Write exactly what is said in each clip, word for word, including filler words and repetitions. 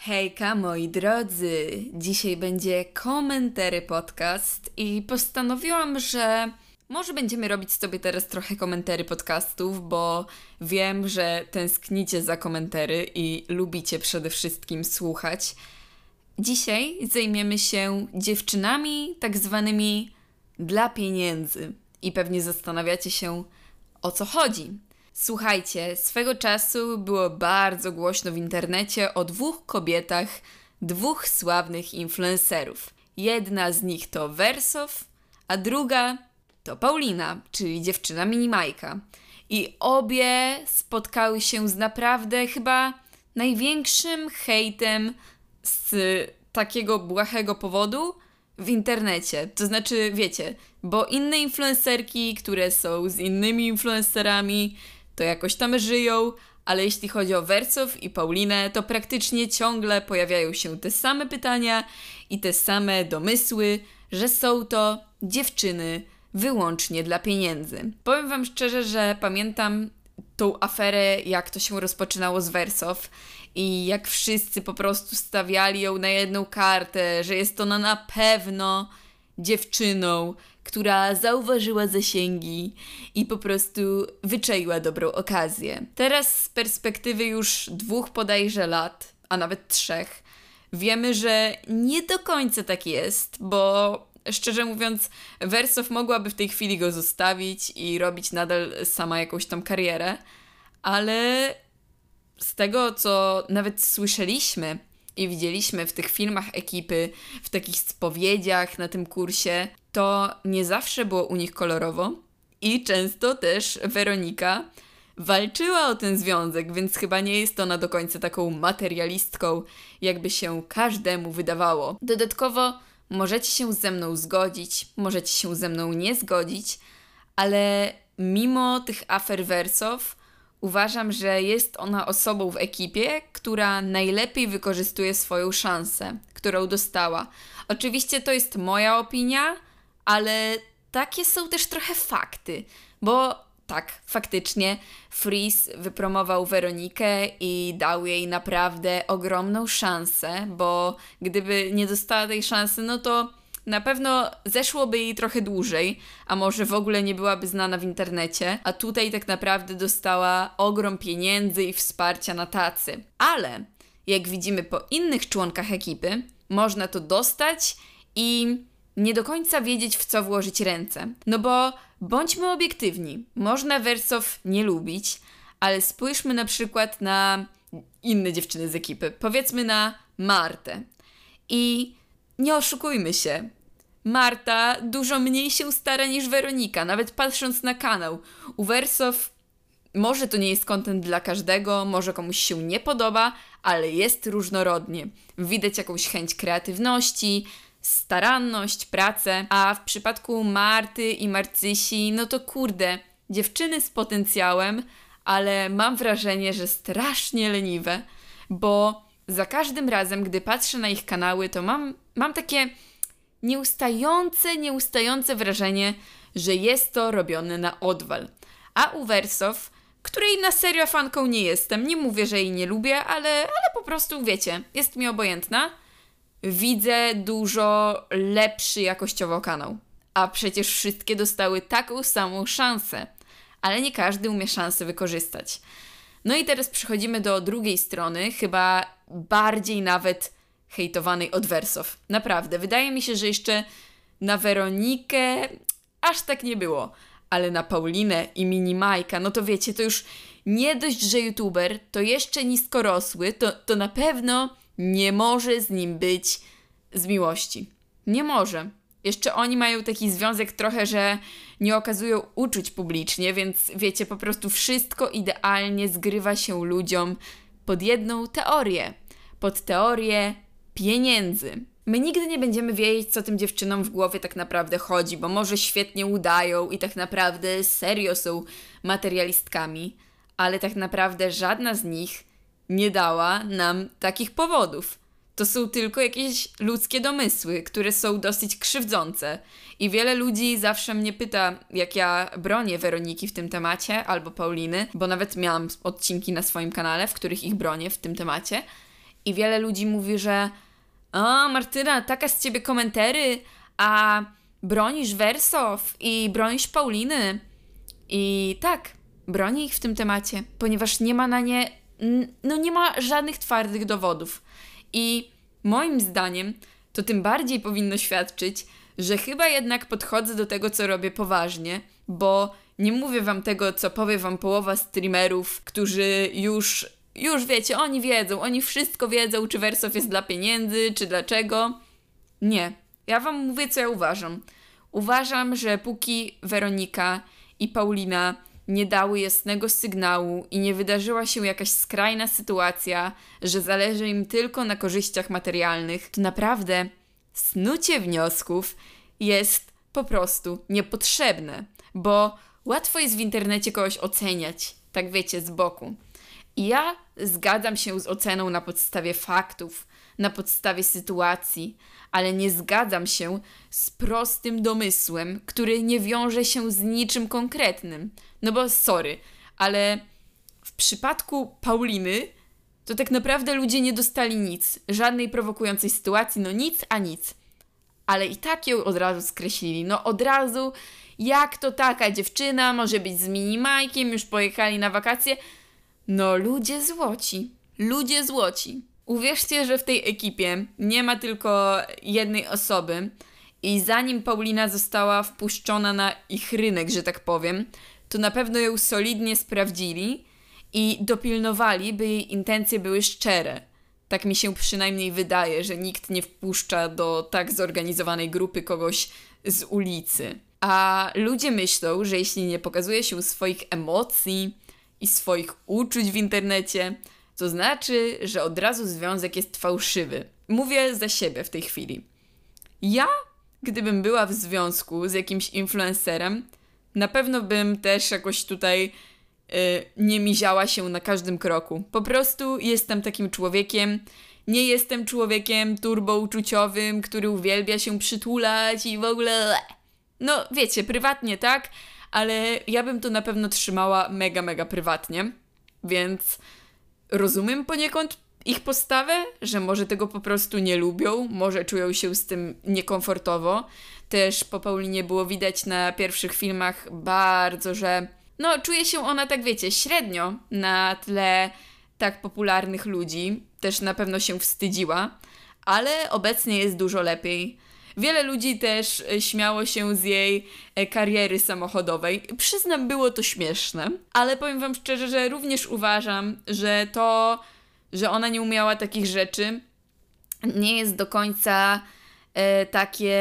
Hejka moi drodzy, dzisiaj będzie komentary podcast i postanowiłam, że może będziemy robić sobie teraz trochę komentary podcastów, bo wiem, że tęsknicie za komentary i lubicie przede wszystkim słuchać. Dzisiaj zajmiemy się dziewczynami tak zwanymi dla pieniędzy i pewnie zastanawiacie się, o co chodzi. Słuchajcie, swego czasu było bardzo głośno w internecie o dwóch kobietach, dwóch sławnych influencerów. Jedna z nich to Wersow, a druga to Paulina, czyli dziewczyna Minimajka. I obie spotkały się z naprawdę chyba największym hejtem z takiego błahego powodu w internecie. To znaczy, wiecie, bo inne influencerki, które są z innymi influencerami, to jakoś tam żyją, ale jeśli chodzi o Wersow i Paulinę, to praktycznie ciągle pojawiają się te same pytania i te same domysły, że są to dziewczyny wyłącznie dla pieniędzy. Powiem wam szczerze, że pamiętam tą aferę, jak to się rozpoczynało z Wersow i jak wszyscy po prostu stawiali ją na jedną kartę, że jest ona na pewno dziewczyną, która zauważyła zasięgi i po prostu wyczaiła dobrą okazję. Teraz z perspektywy już dwóch bodajże lat, a nawet trzech, wiemy, że nie do końca tak jest, bo szczerze mówiąc, Wersow mogłaby w tej chwili go zostawić i robić nadal sama jakąś tam karierę, ale z tego, co nawet słyszeliśmy i widzieliśmy w tych filmach ekipy, w takich spowiedziach na tym kursie, to nie zawsze było u nich kolorowo i często też Weronika walczyła o ten związek, więc chyba nie jest ona do końca taką materialistką, jakby się każdemu wydawało. Dodatkowo możecie się ze mną zgodzić, możecie się ze mną nie zgodzić, ale mimo tych afer Wersow uważam, że jest ona osobą w ekipie, która najlepiej wykorzystuje swoją szansę, którą dostała. Oczywiście to jest moja opinia, ale takie są też trochę fakty, bo tak, faktycznie Freeze wypromował Weronikę i dał jej naprawdę ogromną szansę, bo gdyby nie dostała tej szansy, no to na pewno zeszłoby jej trochę dłużej, a może w ogóle nie byłaby znana w internecie, a tutaj tak naprawdę dostała ogrom pieniędzy i wsparcia na tacy. Ale jak widzimy po innych członkach ekipy, można to dostać i nie do końca wiedzieć, w co włożyć ręce. No bo bądźmy obiektywni, można Wersow nie lubić, ale spójrzmy na przykład na inne dziewczyny z ekipy. Powiedzmy na Martę. I nie oszukujmy się, Marta dużo mniej się stara niż Weronika, nawet patrząc na kanał. U Wersow może to nie jest content dla każdego, może komuś się nie podoba, ale jest różnorodnie. Widać jakąś chęć kreatywności, staranność, pracę, a w przypadku Marty i Marcysi, no to kurde, dziewczyny z potencjałem, ale mam wrażenie, że strasznie leniwe, bo za każdym razem, gdy patrzę na ich kanały, to mam, mam takie nieustające, nieustające wrażenie, że jest to robione na odwal. A u Wersow, której na serio fanką nie jestem, nie mówię, że jej nie lubię, ale, ale po prostu, wiecie, jest mi obojętna, widzę dużo lepszy jakościowo kanał. A przecież wszystkie dostały taką samą szansę, ale nie każdy umie szansę wykorzystać. No i teraz przechodzimy do drugiej strony, chyba bardziej nawet hejtowanej od Wersow. Naprawdę, wydaje mi się, że jeszcze na Weronikę aż tak nie było, ale na Paulinę i Minimajka, no to wiecie, to już nie dość, że youtuber, to jeszcze niskorosły, to, to na pewno nie może z nim być z miłości. Nie może. Jeszcze oni mają taki związek trochę, że nie okazują uczuć publicznie, więc wiecie, po prostu wszystko idealnie zgrywa się ludziom pod jedną teorię. Pod teorię pieniędzy. My nigdy nie będziemy wiedzieć, co tym dziewczynom w głowie tak naprawdę chodzi, bo może świetnie udają i tak naprawdę serio są materialistkami, ale tak naprawdę żadna z nich nie dała nam takich powodów. To są tylko jakieś ludzkie domysły, które są dosyć krzywdzące. I wiele ludzi zawsze mnie pyta, jak ja bronię Weroniki w tym temacie, albo Pauliny, bo nawet miałam odcinki na swoim kanale, w których ich bronię w tym temacie. I wiele ludzi mówi, że a Martyna, taka z ciebie komentary, a bronisz Wersow i bronisz Pauliny. I tak, bronię ich w tym temacie, ponieważ nie ma na nie, no nie ma żadnych twardych dowodów. I moim zdaniem to tym bardziej powinno świadczyć, że chyba jednak podchodzę do tego, co robię poważnie, bo nie mówię wam tego, co powie wam połowa streamerów, którzy już, już wiecie, oni wiedzą, oni wszystko wiedzą, czy Wersow jest dla pieniędzy, czy dlaczego. Nie, ja wam mówię, co ja uważam. Uważam, że póki Weronika i Paulina nie dały jasnego sygnału i nie wydarzyła się jakaś skrajna sytuacja, że zależy im tylko na korzyściach materialnych, to naprawdę snucie wniosków jest po prostu niepotrzebne, bo łatwo jest w internecie kogoś oceniać, tak wiecie, z boku. I ja zgadzam się z oceną na podstawie faktów, na podstawie sytuacji, ale nie zgadzam się z prostym domysłem, który nie wiąże się z niczym konkretnym. No bo sorry, ale w przypadku Pauliny to tak naprawdę ludzie nie dostali nic, żadnej prowokującej sytuacji, no nic a nic. Ale i tak ją od razu skreślili, no od razu, jak to taka dziewczyna może być z minimajkiem, już pojechali na wakacje. No ludzie złoci, ludzie złoci. Uwierzcie, że w tej ekipie nie ma tylko jednej osoby i zanim Paulina została wpuszczona na ich rynek, że tak powiem, to na pewno ją solidnie sprawdzili i dopilnowali, by jej intencje były szczere. Tak mi się przynajmniej wydaje, że nikt nie wpuszcza do tak zorganizowanej grupy kogoś z ulicy. A ludzie myślą, że jeśli nie pokazuje się swoich emocji i swoich uczuć w internecie, to znaczy, że od razu związek jest fałszywy. Mówię za siebie w tej chwili. Ja, gdybym była w związku z jakimś influencerem, na pewno bym też jakoś tutaj yy, nie miziała się na każdym kroku. Po prostu jestem takim człowiekiem, nie jestem człowiekiem turbouczuciowym, który uwielbia się przytulać i w ogóle... No wiecie, prywatnie tak, ale ja bym to na pewno trzymała mega, mega prywatnie, więc... Rozumiem poniekąd ich postawę, że może tego po prostu nie lubią, może czują się z tym niekomfortowo. Też po Paulinie było widać na pierwszych filmach bardzo, że no czuje się ona tak wiecie, średnio na tle tak popularnych ludzi. Też na pewno się wstydziła, ale obecnie jest dużo lepiej. Wiele ludzi też śmiało się z jej kariery samochodowej. Przyznam, było to śmieszne, ale powiem wam szczerze, że również uważam, że to, że ona nie umiała takich rzeczy, nie jest do końca e, takie,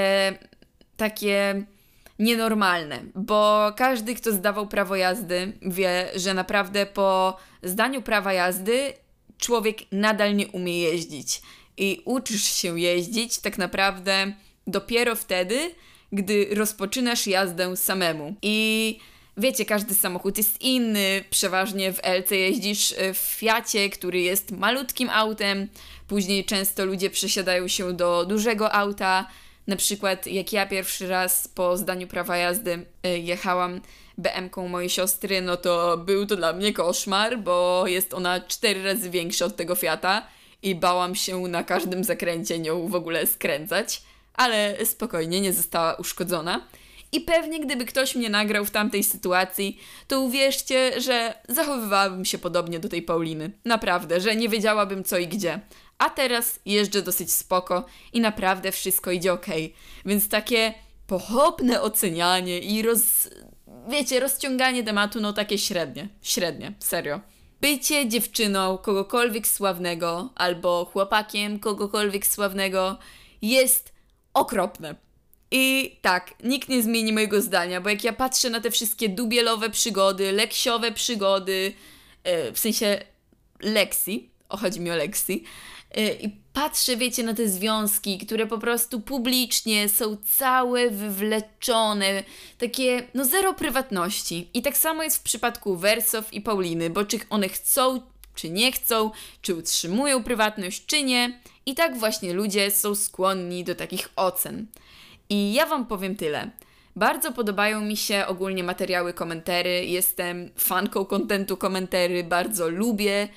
takie nienormalne, bo każdy, kto zdawał prawo jazdy, wie, że naprawdę po zdaniu prawa jazdy człowiek nadal nie umie jeździć i uczysz się jeździć tak naprawdę dopiero wtedy, gdy rozpoczynasz jazdę samemu. I wiecie, każdy samochód jest inny. Przeważnie w Elce jeździsz w Fiacie, który jest malutkim autem. Później często ludzie przesiadają się do dużego auta. Na przykład jak ja pierwszy raz po zdaniu prawa jazdy jechałam be emką mojej siostry, no to był to dla mnie koszmar, bo jest ona cztery razy większa od tego Fiata i bałam się na każdym zakręcie nią w ogóle skręcać. Ale spokojnie, nie została uszkodzona. I pewnie gdyby ktoś mnie nagrał w tamtej sytuacji, to uwierzcie, że zachowywałabym się podobnie do tej Pauliny. Naprawdę, że nie wiedziałabym co i gdzie. A teraz jeżdżę dosyć spoko i naprawdę wszystko idzie okej. Więc takie pochopne ocenianie i roz... wiecie, rozciąganie tematu, no takie średnie. Średnie, serio. Bycie dziewczyną kogokolwiek sławnego albo chłopakiem kogokolwiek sławnego jest okropne. I tak, nikt nie zmieni mojego zdania, bo jak ja patrzę na te wszystkie dubielowe przygody, leksiowe przygody, yy, w sensie Lexi, o chodzi mi o Lexi, yy, i patrzę, wiecie, na te związki, które po prostu publicznie są całe wywleczone, takie, no zero prywatności. I tak samo jest w przypadku Wersow i Pauliny, bo czy one chcą, czy nie chcą, czy utrzymują prywatność, czy nie. I tak właśnie ludzie są skłonni do takich ocen. I ja wam powiem tyle. Bardzo podobają mi się ogólnie materiały komentary. Jestem fanką kontentu komentary, bardzo lubię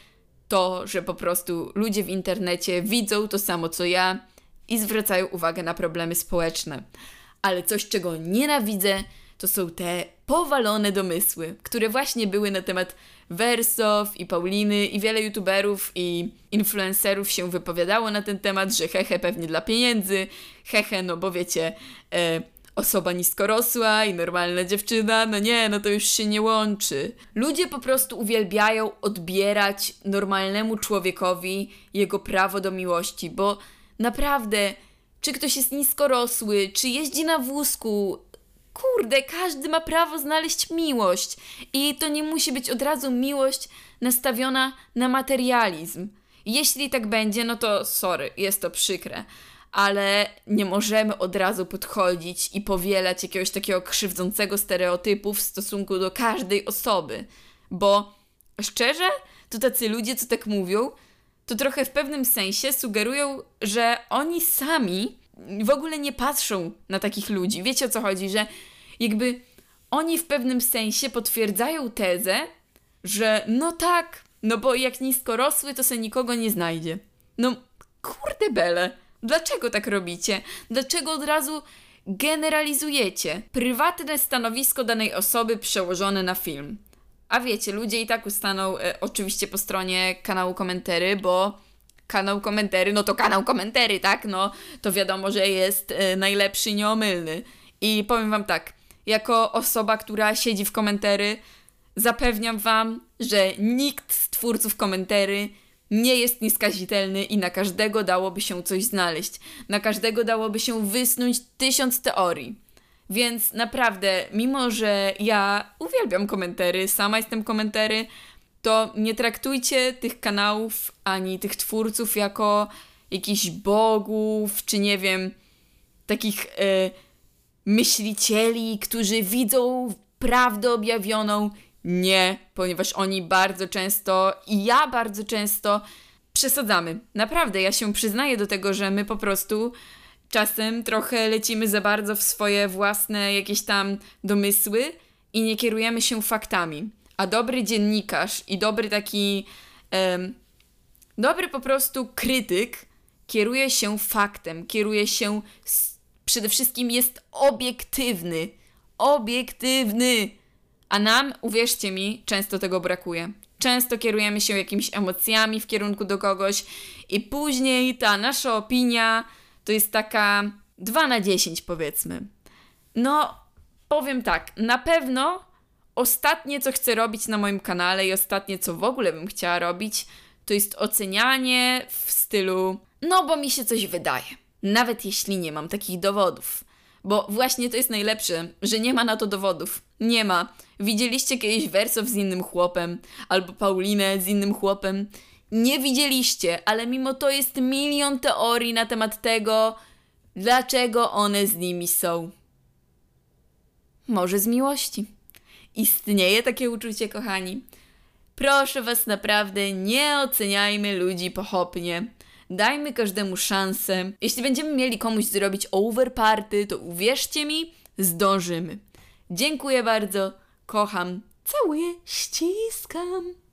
to, że po prostu ludzie w internecie widzą to samo co ja i zwracają uwagę na problemy społeczne. Ale coś, czego nienawidzę, to są te powalone domysły, które właśnie były na temat Wersow i Pauliny i wiele youtuberów i influencerów się wypowiadało na ten temat, że hehe pewnie dla pieniędzy, hehe no bo wiecie, e, osoba niskorosła i normalna dziewczyna, no nie, no to już się nie łączy. Ludzie po prostu uwielbiają odbierać normalnemu człowiekowi jego prawo do miłości, bo naprawdę, czy ktoś jest niskorosły, czy jeździ na wózku, kurde, każdy ma prawo znaleźć miłość i to nie musi być od razu miłość nastawiona na materializm. Jeśli tak będzie, no to sorry, jest to przykre, ale nie możemy od razu podchodzić i powielać jakiegoś takiego krzywdzącego stereotypu w stosunku do każdej osoby, bo szczerze, to tacy ludzie, co tak mówią, to trochę w pewnym sensie sugerują, że oni sami w ogóle nie patrzą na takich ludzi. Wiecie o co chodzi? Że jakby oni w pewnym sensie potwierdzają tezę, że no tak, no bo jak niskorosły, to se nikogo nie znajdzie. No kurde bele, dlaczego tak robicie? Dlaczego od razu generalizujecie prywatne stanowisko danej osoby przełożone na film? A wiecie, ludzie i tak ustaną e, oczywiście po stronie kanału Komentary, bo kanał Komentary, no to kanał Komentary, tak? No to wiadomo, że jest e, najlepszy i nieomylny. I powiem wam tak, jako osoba, która siedzi w Komentary, zapewniam wam, że nikt z twórców Komentary nie jest nieskazitelny i na każdego dałoby się coś znaleźć. Na każdego dałoby się wysnuć tysiąc teorii. Więc naprawdę, mimo że ja uwielbiam Komentary, sama jestem Komentary, to nie traktujcie tych kanałów ani tych twórców jako jakichś bogów, czy nie wiem, takich e, myślicieli, którzy widzą prawdę objawioną. Nie, ponieważ oni bardzo często i ja bardzo często przesadzamy. Naprawdę, ja się przyznaję do tego, że my po prostu czasem trochę lecimy za bardzo w swoje własne jakieś tam domysły i nie kierujemy się faktami. A dobry dziennikarz i dobry taki, um, dobry po prostu krytyk kieruje się faktem, kieruje się, s- przede wszystkim jest obiektywny. Obiektywny! A nam, uwierzcie mi, często tego brakuje. Często kierujemy się jakimiś emocjami w kierunku do kogoś i później ta nasza opinia to jest taka dwa na dziesięć powiedzmy. No, powiem tak, na pewno ostatnie, co chcę robić na moim kanale i ostatnie, co w ogóle bym chciała robić, to jest ocenianie w stylu no bo mi się coś wydaje. Nawet jeśli nie mam takich dowodów. Bo właśnie to jest najlepsze, że nie ma na to dowodów. Nie ma. Widzieliście kiedyś Wersow z innym chłopem, albo Paulinę z innym chłopem? Nie widzieliście, ale mimo to jest milion teorii na temat tego, dlaczego one z nimi są. Może z miłości. Istnieje takie uczucie, kochani. Proszę was naprawdę, nie oceniajmy ludzi pochopnie. Dajmy każdemu szansę. Jeśli będziemy mieli komuś zrobić overparty, to uwierzcie mi, zdążymy. Dziękuję bardzo, kocham, całuję, ściskam.